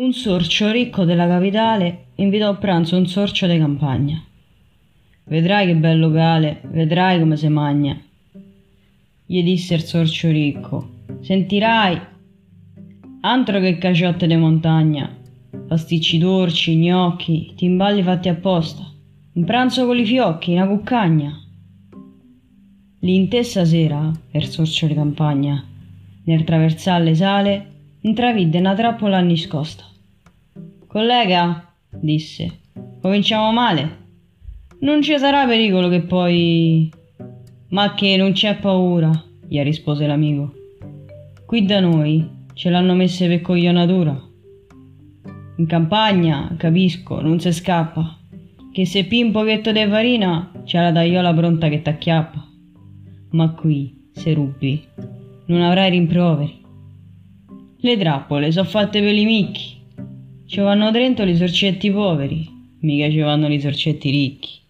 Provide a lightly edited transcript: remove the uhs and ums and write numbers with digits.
Un sorcio ricco della capitale invitò a pranzo un sorcio de campagna. «Vedrai che bel locale, vedrai come se magna», gli disse il sorcio ricco. «Sentirai, altro che caciotte de montagna, pasticci torci, gnocchi, timballi fatti apposta, un pranzo con i fiocchi, una cuccagna». L'intesa sera, per sorcio di campagna, nel traversare le sale, intravide una trappola nascosta. «Collega», disse, «cominciamo male. Non ci sarà pericolo che poi...» «Ma che non c'è paura», gli rispose l'amico. «Qui da noi ce l'hanno messe per coglionatura. In campagna, capisco, non se scappa, che se pii un pochetto di farina c'è la tagliola pronta che t'acchiappa. Ma qui, se rubi, non avrai rimproveri. Le trappole sono fatte per i micchi. Ci vanno dentro i sorcetti poveri, mica ci vanno i sorcetti ricchi».